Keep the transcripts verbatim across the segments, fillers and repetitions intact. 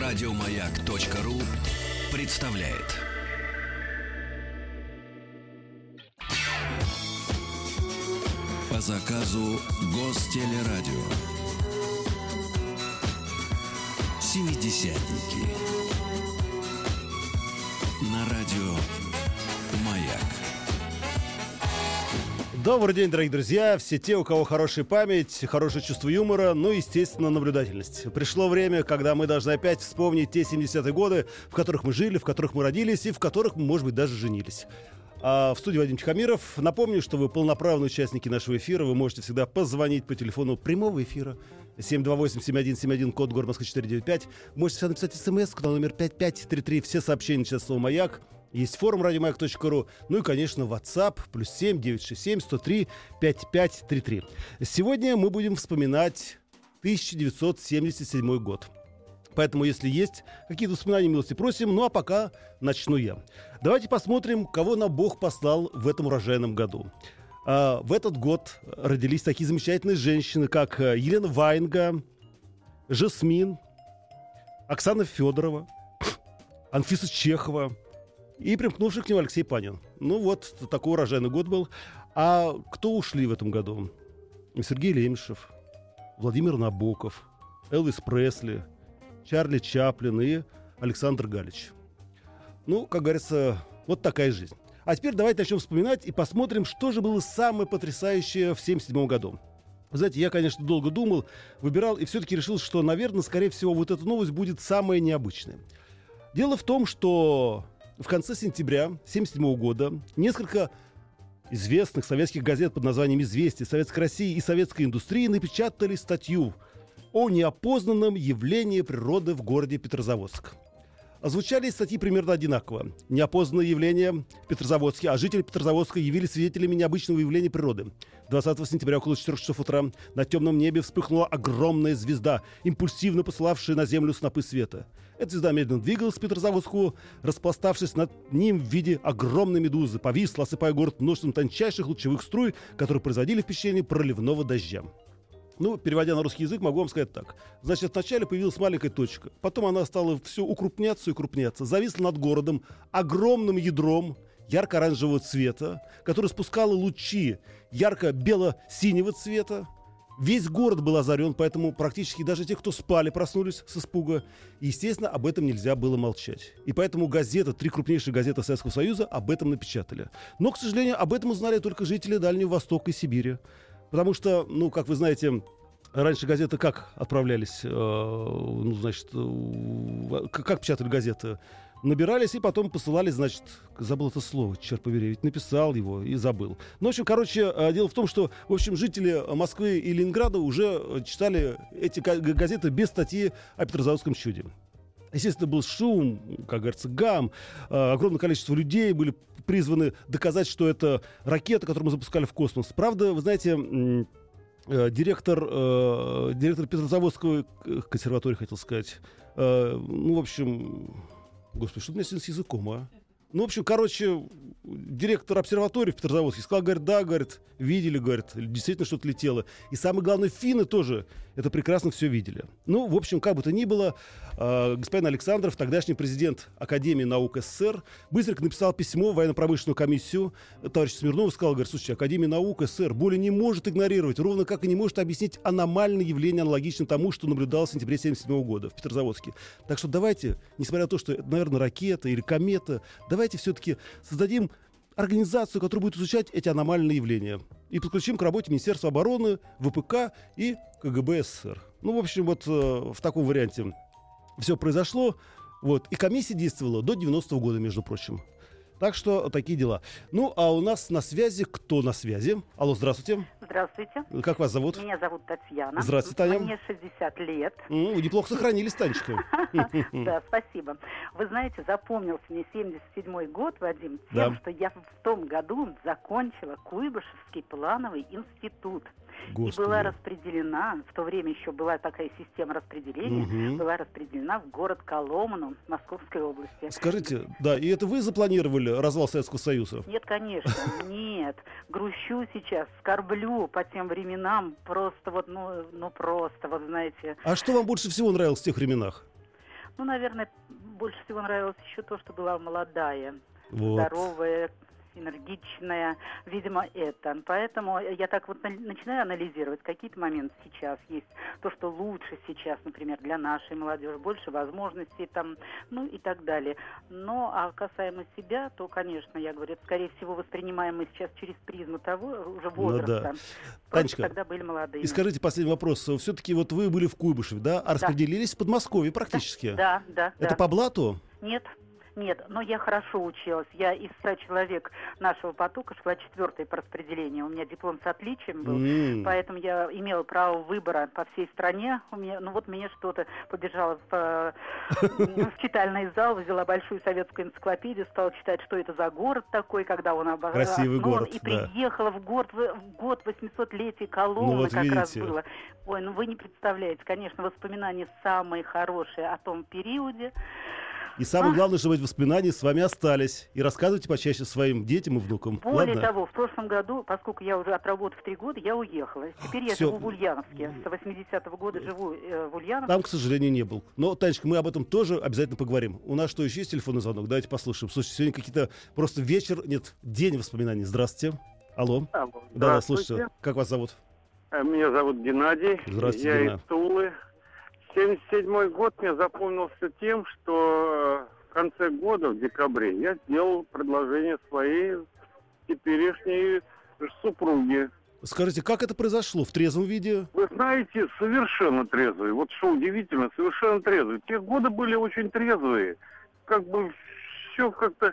Радиомаяк.ру представляет. По заказу Гостелерадио. Семидесятники. На радио Маяк. Добрый день, дорогие друзья, все те, у кого хорошая память, хорошее чувство юмора, ну и, естественно, наблюдательность. Пришло время, когда мы должны опять вспомнить те семидесятые годы, в которых мы жили, в которых мы родились и в которых мы, может быть, даже женились. А в студии Вадим Тихомиров. Напомню, что вы полноправные участники нашего эфира. Вы можете всегда позвонить по телефону прямого эфира семь два восемь семь один семь один, код город Москвы четыре девять пять. Можете всегда написать смс на номер пять пять три три. Все сообщения сейчас слово «Маяк». Есть форум радиомаяк точка ру. Ну и, конечно, WhatsApp плюс семь девятьсот шестьдесят семь сто три пятьдесят пять тридцать три. Сегодня мы будем вспоминать тысяча девятьсот семьдесят седьмой год. Поэтому, если есть какие-то воспоминания, милости просим. Ну а пока начну я. Давайте посмотрим, кого нам Бог послал в этом урожайном году. А, в этот год родились такие замечательные женщины, как Елена Ваенга, Жасмин, Оксана Федорова, Анфиса Чехова и примкнувший к нему Алексей Панин. Ну вот, такой урожайный год был. А кто ушли в этом году? Сергей Лемешев, Владимир Набоков, Элвис Пресли, Чарли Чаплин и Александр Галич. Ну, как говорится, вот такая жизнь. А теперь давайте начнем вспоминать и посмотрим, что же было самое потрясающее в семьдесят седьмом году. Вы знаете, я, конечно, долго думал, выбирал и все-таки решил, что, наверное, скорее всего, вот эта новость будет самая необычная. Дело в том, что в конце сентября семьдесят седьмого года несколько известных советских газет под названием «Известия», «Советской России» и «Советской индустрии» напечатали статью о неопознанном явлении природы в городе Петрозаводск. Озвучали статьи примерно одинаково. Неопознанное явление в Петрозаводске, а жители Петрозаводска явились свидетелями необычного явления природы. двадцатого сентября около четырёх часов утра на темном небе вспыхнула огромная звезда, импульсивно посылавшая на землю снопы света. Эта звезда медленно двигалась к Петрозаводску, распластавшись над ним в виде огромной медузы, повисла, осыпая город множеством тончайших лучевых струй, которые производили впечатление проливного дождя. Ну, переводя на русский язык, могу вам сказать так. Значит, вначале появилась маленькая точка. Потом она стала все укрупняться и укрупняться. Зависла над городом огромным ядром ярко-оранжевого цвета, которое спускало лучи ярко-бело-синего цвета. Весь город был озарен, поэтому практически даже те, кто спали, проснулись с испуга. И, естественно, об этом нельзя было молчать. И поэтому газеты, три крупнейшие газеты Советского Союза об этом напечатали. Но, к сожалению, об этом узнали только жители Дальнего Востока и Сибири. Потому что, ну, как вы знаете, раньше газеты как отправлялись, э, ну, значит, э, как печатали газеты? Набирались и потом посылали, значит, забыл это слово, черт побери, ведь написал его и забыл. Ну, в общем, короче, э, дело в том, что, в общем, жители Москвы и Ленинграда уже читали эти газеты без статьи о Петрозаводском чуде. Естественно, был шум, как говорится, гам. Э, огромное количество людей были призваны доказать, что это ракета, которую мы запускали в космос. Правда, вы знаете, м- э, директор, э, директор Петрозаводской консерватории, хотел сказать, э, ну, в общем, господи, что у меня с языком, а? Ну, в общем, короче, директор обсерватории в Петрозаводске сказал, говорит, да, говорит, видели, говорит, действительно что-то летело. И самое главное, финны тоже это прекрасно все видели. Ну, в общем, как бы то ни было, э, господин Александров, тогдашний президент Академии наук СССР, быстренько написал письмо в военно-промышленную комиссию товарищу Смирнову, сказал, говорит, слушайте, Академия наук СССР более не может игнорировать, ровно как и не может объяснить аномальное явление, аналогичное тому, что наблюдалось в сентябре семьдесят седьмого года в Петрозаводске. Так что давайте, несмотря на то, что это, наверное, ракета или комета, давайте все-таки создадим организацию, которая будет изучать эти аномальные явления. И подключим к работе Министерства обороны, ВПК и КГБ СССР. Ну, в общем, вот э, в таком варианте все произошло. Вот. И комиссия действовала до девяностого года, между прочим. Так что такие дела. Ну, а у нас на связи кто на связи? Алло, здравствуйте. Здравствуйте. Как вас зовут? Меня зовут Татьяна. Здравствуйте, Таня. Мне шестьдесят лет. М, Вы неплохо сохранились, Танечка. Да, спасибо. Вы знаете, запомнился мне семьдесят седьмой год, Вадим, тем, Да. что я в том году закончила Куйбышевский плановый институт. И Господи. была распределена, в то время еще была такая система распределения, Мгм. была распределена в город Коломну Московской области. Скажите, да, и это вы запланировали развал Советского Союза? Нет, конечно, нет. Грущу сейчас, скорблю по тем временам, просто вот, ну, ну просто, вот знаете. А что вам больше всего нравилось в тех временах? Ну, наверное, больше всего нравилось еще то, что была молодая, Вот. здоровая, энергичная, видимо, это. Поэтому я так вот на- начинаю анализировать какие-то моменты сейчас. Есть то, что лучше сейчас, например, для нашей молодежи, больше возможностей там, ну и так далее. Но, а касаемо себя, то, конечно, я говорю, это, скорее всего, воспринимаем мы сейчас через призму того уже возраста. да. Просто Танечка, тогда были молодые. И скажите последний вопрос. Все-таки вот вы были в Куйбышеве, да? А распределились в Подмосковье практически. Да, да, Это да. по блату? Нет, нет, но я хорошо училась. Я из ста человек нашего потока шла четвертой по распределению. У меня диплом с отличием был, М. поэтому я имела право выбора по всей стране. У меня, ну вот меня что-то побежала в, э, в читальный зал, взяла большую советскую энциклопедию, стала читать, что это за город такой, когда он обо- Красивый основан, город, и да. приехала в год, в, в год восьмисотлетия Коломны, Ну вот как раз видите. было. Ой, ну вы не представляете, конечно, воспоминания самые хорошие о том периоде. И самое А? главное, чтобы эти воспоминания с вами остались. И рассказывайте почаще своим детям и внукам. Более Ладно? того, в прошлом году, поскольку я уже отработав три года, я уехала. Теперь я Всё. живу в Ульяновске. С восьмидесятого года живу э, в Ульяновске. Там, к сожалению, не был. Но, Танечка, мы об этом тоже обязательно поговорим. У нас что, еще есть телефонный звонок? Давайте послушаем. Слушайте, сегодня какие-то просто вечер, нет, день воспоминаний. Здравствуйте. Алло. Алло, Да, да, здравствуйте. слушайте. Как вас зовут? Э, Меня зовут Геннадий. Здравствуйте, Я Гена. из Тулы. семьдесят седьмой год мне запомнился тем, что в конце года, в декабре, я сделал предложение своей теперешней супруге. Скажите, как это произошло? В трезвом виде? Вы знаете, совершенно трезвый. Вот что удивительно, совершенно трезвый. Те годы были очень трезвые. Как бы все как-то...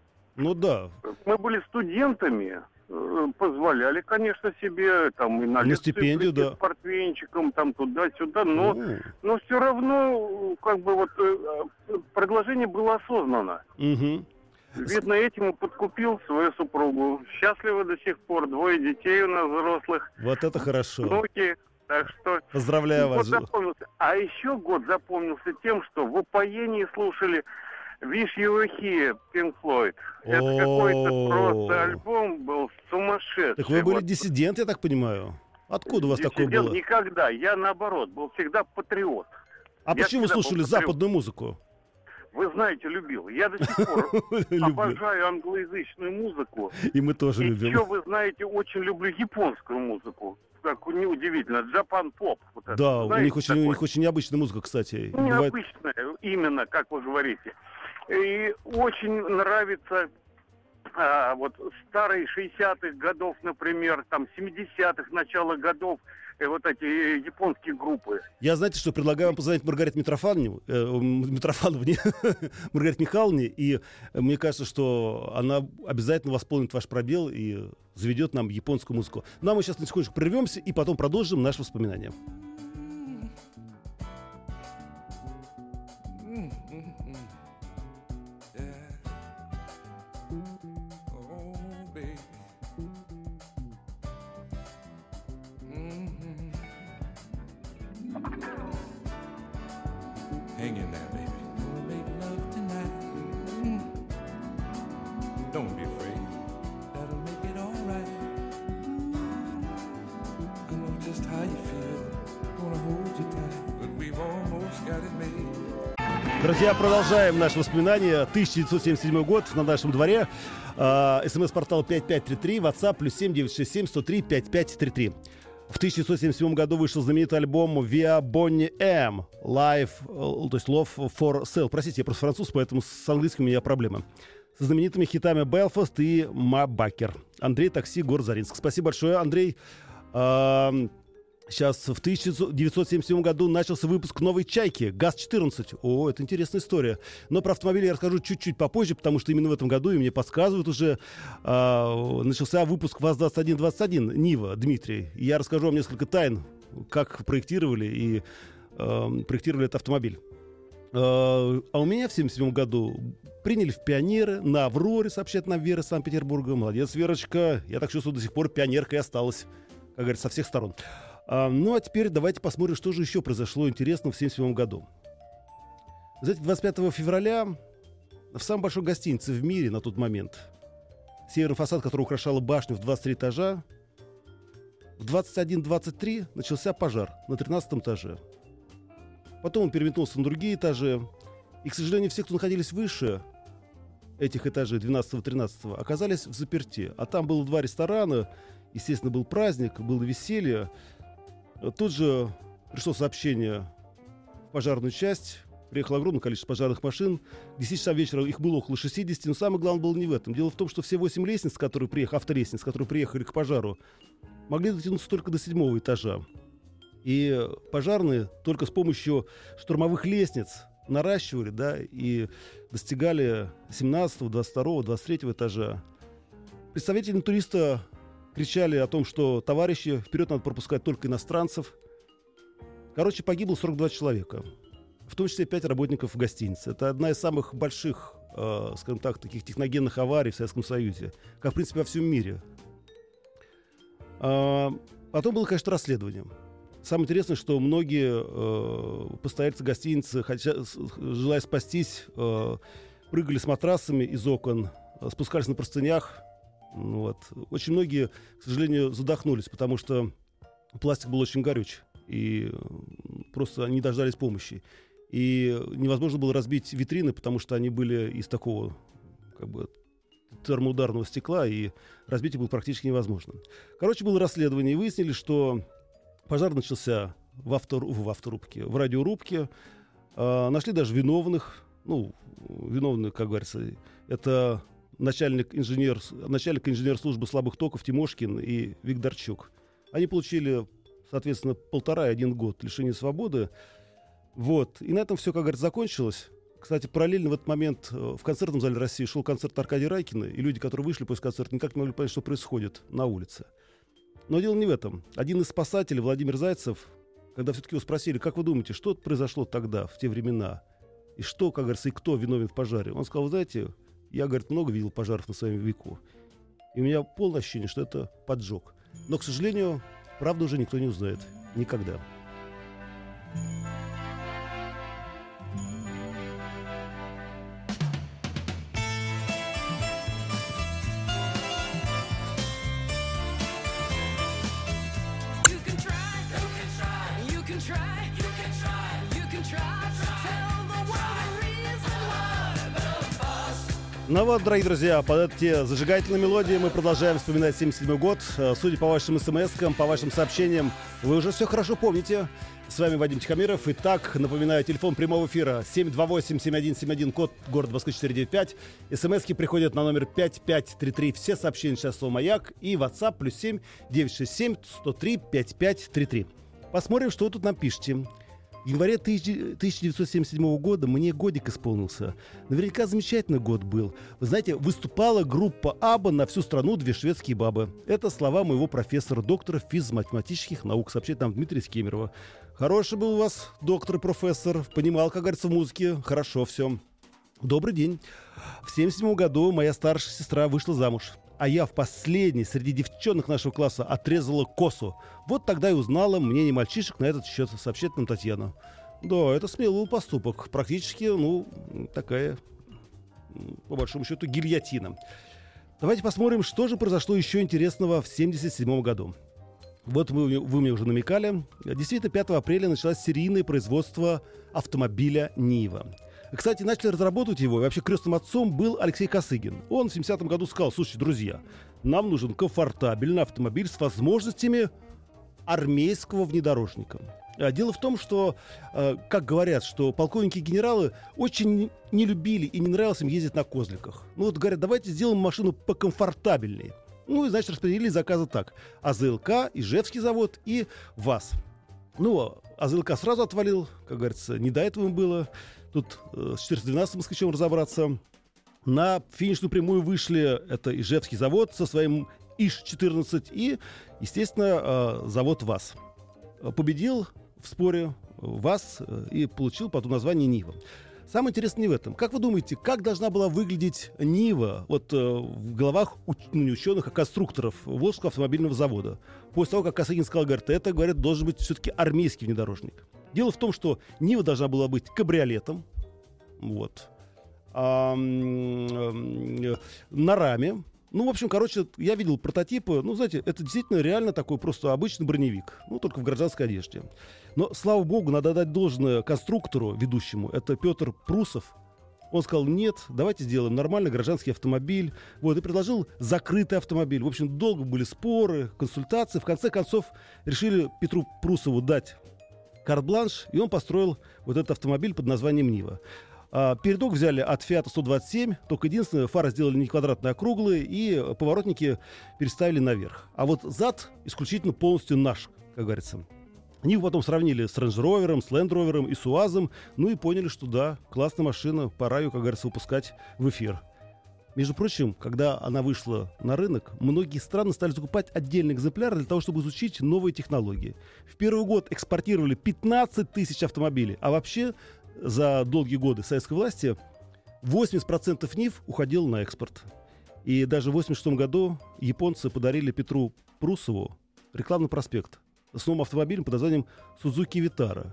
Ну да. Мы были студентами, э, позволяли, конечно, себе там и на, На лекции стипендию, прийти да. с портвейнчиком, там туда-сюда, но, Ну, но все равно, как бы вот э, предложение было осознанно. мгм. Видно, этим и подкупил свою супругу. Счастливы до сих пор, двое детей у нас взрослых, Вот это хорошо. внуки, так что... Поздравляю год вас. запомнился. А еще год запомнился тем, что в упоении слушали Wish You Were Here, Pink Floyd. Это О. какой-то просто альбом был сумасшедший. Так вы были Вот. диссидент, я так понимаю? Откуда у вас такое Диссидент было? никогда. Я, наоборот, был всегда патриот. А я почему вы всегда был слушали патриот. западную музыку? Вы знаете, любил. Я до сих пор Люблю. обожаю англоязычную музыку. И мы тоже И любим. еще, вы знаете, очень люблю японскую музыку. Как неудивительно. Джапан поп. Вот это. Да, у Знаете, них, очень, у такой? них очень необычная музыка, кстати. И бывает- Необычная, именно, как вы говорите. И очень нравится а, вот старые шестидесятых годов, например, там семидесятых, начало годов, э, вот эти э, японские группы. Я, знаете, что предлагаю вам позвонить Маргарите Митрофановне, э, м, Митрофановне, Маргарите Михайловне, и э, мне кажется, что она обязательно восполнит ваш пробел и заведет нам японскую музыку. Ну, а мы сейчас на секундочку прервемся и потом продолжим наши воспоминания. Hang in there, baby. Gonna make love tonight. Mm. Don't be afraid. That'll make it all right. I know just how you feel. Gonna hold you tight, but we've almost got it made. Друзья, продолжаем наши воспоминания. тысяча девятьсот семьдесят седьмой год на нашем дворе. А, СМС-портал пять пять три три, WhatsApp плюс семь девятьсот шестьдесят семь сто три пятьдесят пять тридцать три. В тысяча девятьсот семьдесят седьмом году вышел знаменитый альбом Via Bonnie M. Live, э, то есть Love for Sale. Простите, я просто француз, поэтому с английским у меня проблемы. Со знаменитыми хитами Belfast и Ma Baker. Андрей, такси, город Заринск. Спасибо большое, Андрей. А, Сейчас в тысяча девятьсот семьдесят седьмом году начался выпуск новой «Чайки» ГАЗ четырнадцать. О, это интересная история. Но про автомобиль я расскажу чуть-чуть попозже, потому что именно в этом году, и мне подсказывают уже, э, начался выпуск ВАЗ двадцать один двадцать один Нива, Дмитрий. И я расскажу вам несколько тайн, как проектировали и э, проектировали этот автомобиль. Э, а у меня в семьдесят седьмом году приняли в пионеры на «Авроре», сообщает нам Вера из Санкт-Петербурга. Молодец, Верочка. Я так чувствую, до сих пор пионеркой осталась, как говорится, со всех сторон. А, ну, а теперь давайте посмотрим, что же еще произошло интересного в семьдесят седьмом году. Знаете, двадцать пятого февраля в самой большой гостинице в мире на тот момент, северный фасад, который украшала башню в двадцать три этажа, в двадцать один двадцать три начался пожар на тринадцатом этаже. Потом он переметнулся на другие этажи. И, к сожалению, все, кто находились выше этих этажей двенадцатого-тринадцатого, оказались в заперти. А там было два ресторана, естественно, был праздник, было веселье. Тут же пришло сообщение в пожарную часть. Приехало огромное количество пожарных машин. К десяти часам вечера их было около шестидесяти, но самое главное было не в этом. Дело в том, что все восемь лестниц, которые приехали, автолестниц, которые приехали к пожару, могли дотянуться только до седьмого этажа. И пожарные только с помощью штурмовых лестниц наращивали, да, и достигали семнадцатого, двадцать второго, двадцать третьего этажа. Представители туриста кричали о том, что товарищи, вперед надо пропускать только иностранцев. Короче, погибло сорок два человека, в том числе пять работников гостиницы. Это одна из самых больших, э, скажем так, таких техногенных аварий в Советском Союзе, как, в принципе, во всем мире. А, потом было, конечно, расследование. Самое интересное, что многие э, постояльцы гостиницы, хотя, желая спастись, э, прыгали с матрасами из окон, э, спускались на простынях. Вот. Очень многие, к сожалению, задохнулись, потому что пластик был очень горюч, и просто не дождались помощи. И невозможно было разбить витрины, потому что они были из такого, как бы, термоударного стекла, и разбить их было практически невозможно. Короче, было расследование, и выяснили, что пожар начался в, автор... в авторубке, в радиорубке. Э, нашли даже виновных. Ну, виновные, как говорится, это начальник инженер, начальник инженер-службы слабых токов Тимошкин и Викторчук. Они получили, соответственно, полтора и один год лишения свободы. Вот. И на этом все, как говорится, закончилось. Кстати, параллельно в этот момент в концертном зале России шел концерт Аркадия Райкина, и люди, которые вышли после концерта, никак не могли понять, что происходит на улице. Но дело не в этом. Один из спасателей, Владимир Зайцев, когда все-таки его спросили, как вы думаете, что произошло тогда, в те времена, и что, как говорится, и кто виновен в пожаре, он сказал, вы знаете, я, говорит, много видел пожаров на своем веку, и у меня полное ощущение, что это поджог. Но, к сожалению, правду уже никто не узнает. Никогда. Ну вот, дорогие друзья, под эти зажигательные мелодии мы продолжаем вспоминать семьдесят седьмой год. Судя по вашим смс-кам, по вашим сообщениям, вы уже все хорошо помните. С вами Вадим Тихомиров. Итак, напоминаю, телефон прямого эфира семь два восемь семь один семь один, код города Москвы четыре девять пять. СМСки приходят на номер пять пять три три. Все сообщения сейчас слово «Маяк». И WhatsApp плюс семь девятьсот шестьдесят семь сто три пятьдесят пять тридцать три. Посмотрим, что вы тут нам пишете. В январе тысяча девятьсот семьдесят седьмого года мне годик исполнился. Наверняка замечательный год был. Вы знаете, выступала группа Абба на всю страну «Две шведские бабы». Это слова моего профессора, доктора физматематических наук, сообщает нам Дмитрий Скемерова. Хороший был у вас доктор и профессор. Понимал, как говорится, в музыке. Хорошо все. Добрый день. В семьдесят седьмом году моя старшая сестра вышла замуж. А я в последней среди девчонок нашего класса отрезала косу. Вот тогда и узнала мнение мальчишек на этот счет, сообщает нам Татьяна. Да, это смелый поступок. Практически, ну, такая, по большому счету, гильотина. Давайте посмотрим, что же произошло еще интересного в семьдесят седьмом году. Вот вы, вы мне уже намекали. Действительно, пятого апреля началось серийное производство автомобиля «Нива». Кстати, начали разработать его, и вообще крестным отцом был Алексей Косыгин. Он в семидесятом году сказал: слушайте, друзья, нам нужен комфортабельный автомобиль с возможностями армейского внедорожника. Дело в том, что, как говорят, что полковники и генералы очень не любили и не нравилось им ездить на козликах. Ну вот говорят, давайте сделаем машину покомфортабельнее. Ну и, значит, распределили заказы так. АЗЛК, Ижевский завод и ВАЗ. Ну, АЗЛК сразу отвалил, как говорится, не до этого им было. Тут э, с четыреста двенадцатым москвичом разобраться. На финишную прямую вышли это Ижевский завод со своим ИЖ четырнадцать и, естественно, э, завод ВАЗ. Победил в споре ВАЗ э, и получил потом название Нива. Самое интересное не в этом. Как вы думаете, как должна была выглядеть Нива вот, э, в головах уч- ну, не ученых, а конструкторов Волжского автомобильного завода? После того, как Косыгин сказал, говорит, это, говорят, должен быть все-таки армейский внедорожник. Дело в том, что Нива должна была быть кабриолетом, вот, а, на раме Ну, в общем, короче, я видел прототипы. Ну, знаете, это действительно реально такой просто обычный броневик. Ну, только в гражданской одежде. Но, слава богу, надо дать должное конструктору, ведущему. Это Петр Прусов. Он сказал, нет, давайте сделаем нормальный гражданский автомобиль. Вот, и предложил закрытый автомобиль. В общем, долго были споры, консультации. В конце концов, решили Петру Прусову дать карт-бланш, и он построил вот этот автомобиль под названием «Нива». А, передок взяли от Фиата сто двадцать семь, только единственное, фары сделали не квадратные, а круглые, и поворотники переставили наверх. А вот зад исключительно полностью наш, как говорится. Они потом сравнили с Range Rover, с Land Rover и с УАЗом, ну и поняли, что да, классная машина, пора ее, как говорится, выпускать в эфир. Между прочим, когда она вышла на рынок, многие страны стали закупать отдельный экземпляр для того, чтобы изучить новые технологии. В первый год экспортировали пятнадцать тысяч автомобилей, а вообще за долгие годы советской власти восемьдесят процентов Нив уходило на экспорт. И даже в восемьдесят шестом году японцы подарили Петру Прусову рекламный проспект с новым автомобилем под названием Suzuki Vitara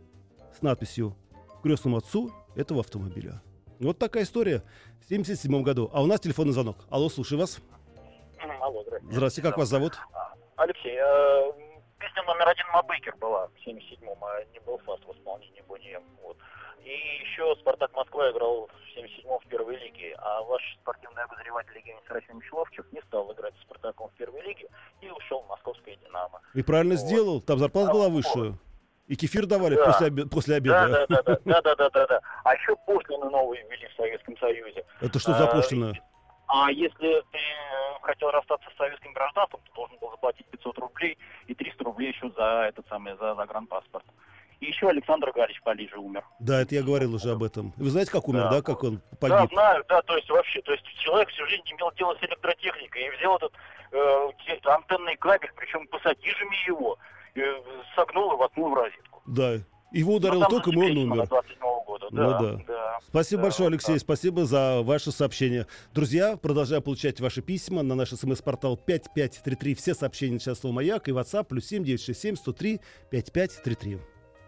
с надписью «Крестному отцу этого автомобиля». Вот такая история в семьдесят седьмом году. А у нас телефонный звонок. Алло, слушаю вас. Алло, здравствуйте. Здравствуйте, как вас зовут? Алексей, э, песня номер один Мабейкер была в семьдесят седьмом, а не был фаст в исполнении Бонни М. Вот. И еще «Спартак Москва» играл в семьдесят седьмом в первой лиге, а ваш спортивный обозреватель Евгений Серафимович Ловчев не стал играть с «Спартаком» в первой лиге и ушел в московское «Динамо». И правильно вот. сделал, там зарплата а, была вот. выше. И кефир давали да. после, обе- после обеда. Да, да, да, да, да, да, да, да. А еще пошлины новые ввели в Советском Союзе. Это что за пошлина? А если ты хотел расстаться с советским гражданством, то должен был заплатить пятьсот рублей и триста рублей еще за этот самый, за загранпаспорт. И еще Александр Галич в Париже умер. Да, это я говорил уже об этом. Вы знаете, как умер, да, да как он Да, погиб? знаю, да, то есть вообще, то есть человек всю жизнь имел дело с электротехникой и взял этот э, те- антенный кабель, причем пассатижами его, э, согнул и воткнул в розетку. Да. Его ударил Ну, там током, и он письма умер. двадцать седьмого года. Ну Да, да. да. Спасибо Да, большое, вот Алексей. так. Спасибо за ваше сообщение. Друзья, продолжаю получать ваши письма на наш смс-портал пять пять три три. Все сообщения сейчас слово «Маяк» и WhatsApp плюс семь девятьсот шестьдесят семь сто три пятьдесят пять тридцать три.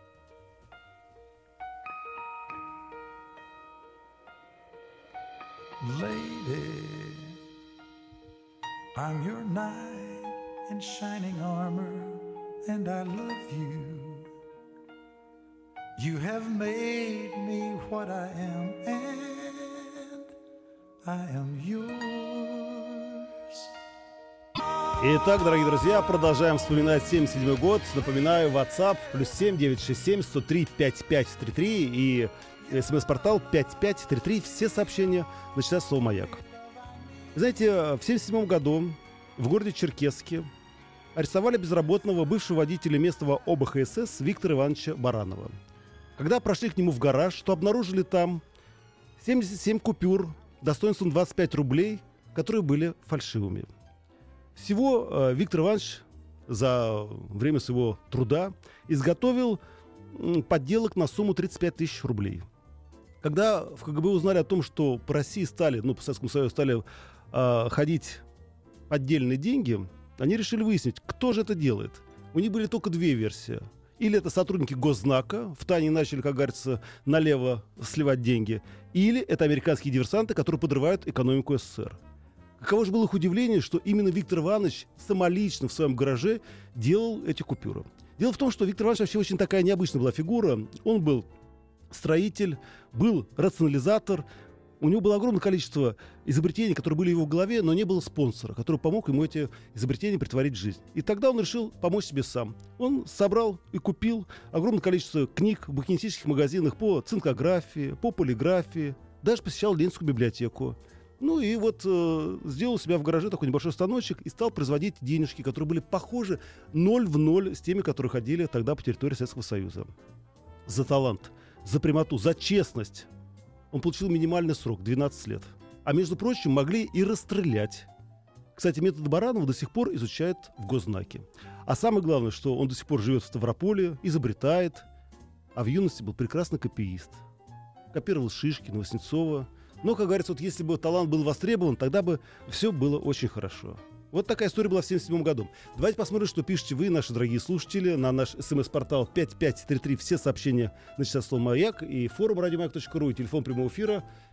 Lady, I'm your knight in shining armor, and I love you. You have made me what I am, and I am yours. Итак, дорогие друзья, продолжаем вспоминать семьдесят седьмой год. Напоминаю, WhatsApp плюс семь девятьсот шестьдесят семь сто три пятьдесят пять тридцать три и смс-портал пять пять три три. Все сообщения начинают с слова «Маяк». Знаете, в семьдесят седьмом году в городе Черкесске арестовали безработного бывшего водителя местного О Бэ Ха Эс Эс Виктора Ивановича Баранова. Когда прошли к нему в гараж, то обнаружили там семьдесят семь купюр достоинством двадцать пять рублей, которые были фальшивыми. Всего э, Виктор Иванович за время своего труда изготовил м, подделок на сумму тридцать пять тысяч рублей. Когда в Ка Гэ Бэ узнали о том, что по России стали, ну, по Советскому Союзу стали э, ходить поддельные деньги, они решили выяснить, кто же это делает. У них были только две версии. Или это сотрудники Госзнака, втайне начали, как говорится, налево сливать деньги, или это американские диверсанты, которые подрывают экономику Эс Эс Эс Эр. Каково же было их удивление, что именно Виктор Иванович самолично в своем гараже делал эти купюры. Дело в том, что Виктор Иванович вообще очень такая необычная была фигура. Он был строитель, был рационализатор. У него было огромное количество изобретений, которые были в его голове, но не было спонсора, который помог ему эти изобретения притворить в жизнь. И тогда он решил помочь себе сам. Он собрал и купил огромное количество книг в букинистических магазинах по цинкографии, по полиграфии, даже посещал Ленинскую библиотеку. Ну и вот э, сделал у себя в гараже такой небольшой станочек и стал производить денежки, которые были похожи ноль в ноль с теми, которые ходили тогда по территории Советского Союза. За талант, за прямоту, за честность он получил минимальный срок — двенадцать лет. А между прочим, могли и расстрелять. Кстати, метод Баранова до сих пор изучают в Госзнаке. А самое главное, что он до сих пор живет в Ставрополе, изобретает, а в юности был прекрасный копиист. Копировал Шишкина, Васнецова. Но, как говорится, вот если бы талант был востребован, тогда бы все было очень хорошо. Вот такая история была в семьдесят седьмом году. Давайте посмотрим, что пишете вы, наши дорогие слушатели, на наш смс-портал пять пять три три. Все сообщения начинают с слова «Маяк» и форум радиомаяк точка ру, и телефон прямого эфира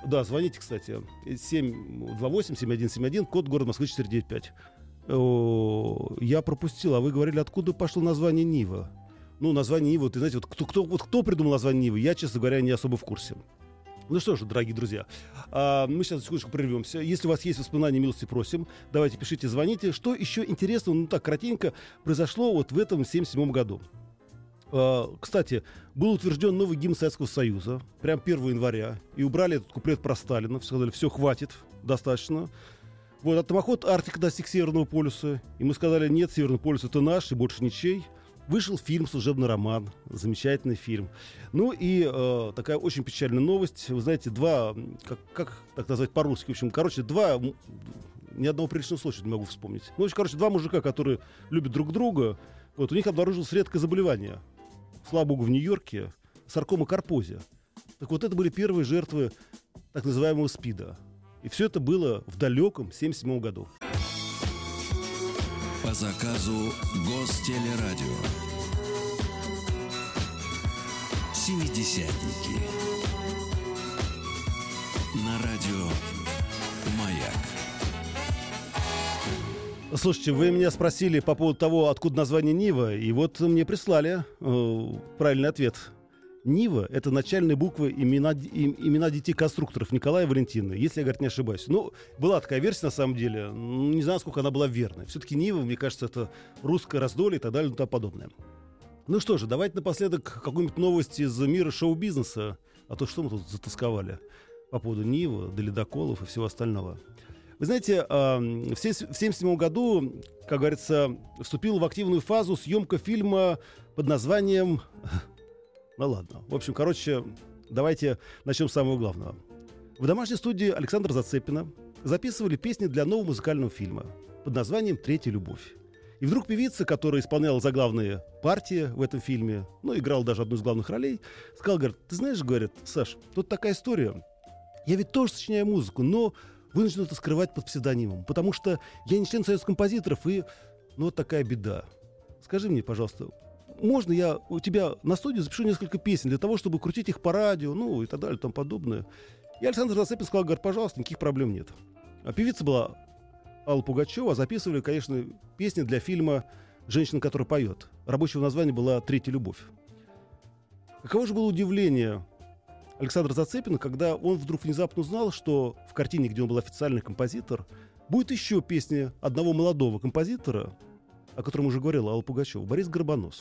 Да, звоните, кстати. семь два восемь семь один семь один, код города Москвы четыреста девяносто пять. О, я пропустил, а вы говорили, откуда пошло название Нива? Ну, название Нивы, ты знаете, вот кто, кто, вот кто придумал название Нивы, я, честно говоря, не особо в курсе. Ну что ж, дорогие друзья, а, мы сейчас секундочку прервемся. Если у вас есть воспоминания, милости просим. Давайте, пишите, звоните. Что еще интересного, ну так, кратенько, произошло вот в этом семьдесят седьмом году? А, кстати, был утвержден новый гимн Советского Союза, прям первого января, и убрали этот куплет про Сталина. Сказали, все, хватит, достаточно. Вот, атомоход «Арктика» достиг Северного полюса, и мы сказали, нет, Северный полюс — это наш, и больше ничей. Вышел фильм «Служебный роман», замечательный фильм. Ну и э, такая очень печальная новость. Вы знаете, два, как, как так назвать по-русски, в общем, короче, два, ни одного приличного случая не могу вспомнить. Ну, в общем, короче, два мужика, которые любят друг друга, вот, у них обнаружилось редкое заболевание. Слава богу, в Нью-Йорке, саркома Карпози. Так вот, это были первые жертвы так называемого СПИДа. И все это было в далеком семьдесят седьмом году. По заказу Гостелерадио. Семидесятники. На радио «Маяк». Слушайте, вы меня спросили по поводу того, откуда название Нива, и вот мне прислали э, правильный ответ. Нива — это начальные буквы имена, им, имена детей-конструкторов Николая и Валентины, если я, говорит, не ошибаюсь. Ну, была такая версия, на самом деле, не знаю, сколько она была верной. Все-таки Нива, мне кажется, это русское раздолье и так далее и тому подобное. Ну что же, давайте напоследок какую-нибудь новость из мира шоу-бизнеса, а то что мы тут затасковали по поводу Нивы, до ледоколов и всего остального. Вы знаете, в семьдесят седьмом году, как говорится, вступила в активную фазу съемка фильма под названием... Ну ладно. В общем, короче, давайте начнем с самого главного. В домашней студии Александра Зацепина записывали песни для нового музыкального фильма под названием «Третья любовь». И вдруг певица, которая исполняла заглавные партии в этом фильме, ну, играла даже одну из главных ролей, сказала, говорит, ты знаешь, говорит, Саш, тут такая история. Я ведь тоже сочиняю музыку, но вынужден это скрывать под псевдонимом, потому что я не член Союза композиторов, и ну вот такая беда. Скажи мне, пожалуйста, можно я у тебя на студии запишу несколько песен для того, чтобы крутить их по радио, ну и так далее, и тому подобное. И Александр Зацепин сказал, говорит, пожалуйста, никаких проблем нет. А певица была Алла Пугачева, а записывали, конечно, песни для фильма «Женщина, которая поет». Рабочего названия была «Третья любовь». Каково же было удивление Александра Зацепина, когда он вдруг внезапно узнал, что в картине, где он был официальный композитор, будет еще песня одного молодого композитора, о котором уже говорила Алла Пугачева, Борис Горбонос.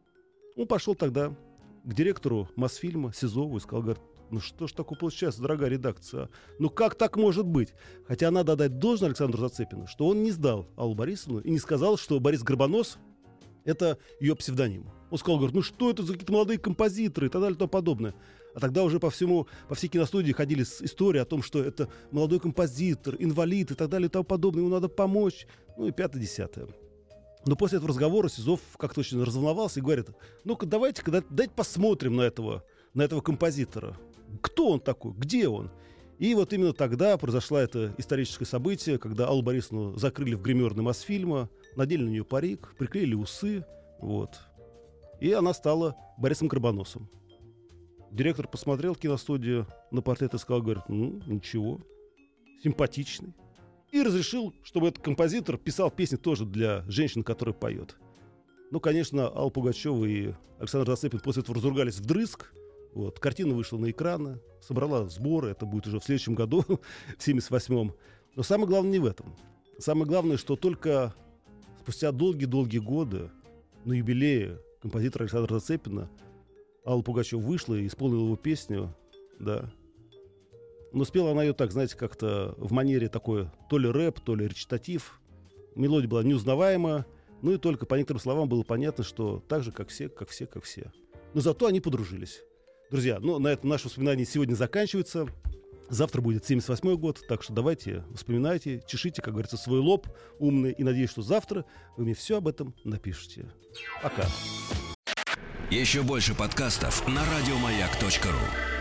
Он пошел тогда к директору Мосфильма Сизову и сказал, говорит, ну что ж такое получается, дорогая редакция? Ну как так может быть? Хотя надо отдать должное Александру Зацепину, что он не сдал Аллу Борисовну и не сказал, что Борис Горбонос — это ее псевдоним. Он сказал, говорит, ну что это за какие-то молодые композиторы и так далее и тому подобное. А тогда уже по всему, по всей киностудии ходили истории о том, что это молодой композитор, инвалид и так далее и тому подобное, ему надо помочь. Ну и пятое-десятое. Но после этого разговора Сизов как-то очень разволновался и говорит, ну-ка давайте-ка дайте посмотрим на этого, на этого композитора. Кто он такой? Где он? И вот именно тогда произошло это историческое событие, когда Аллу Борисовну закрыли в гримерной Мосфильма, надели на нее парик, приклеили усы, вот. И она стала Борисом Горбоносом. Директор посмотрел в киностудию на портрет и сказал, говорит, ну, ничего, симпатичный. И разрешил, чтобы этот композитор писал песни тоже для женщин, которая поет. Ну, конечно, Алла Пугачева и Александр Зацепин после этого разругались вдрызг. Вот. Картина вышла на экраны, собрала сборы. Это будет уже в следующем году, в семьдесят восьмом. Но самое главное не в этом. Самое главное, что только спустя долгие-долгие годы на юбилее композитора Александра Зацепина Алла Пугачева вышла и исполнила его песню, да. Но спела она ее так, знаете, как-то в манере такой то ли рэп, то ли речитатив. Мелодия была неузнаваема, ну и только по некоторым словам было понятно, что так же, как все, как все, как все. Но зато они подружились. Друзья, ну на этом наши воспоминания сегодня заканчиваются. Завтра будет семьдесят восьмой год, так что давайте вспоминайте, чешите, как говорится, свой лоб умный. И надеюсь, что завтра вы мне все об этом напишите. Пока. Еще больше подкастов на радиомаяк точка ру.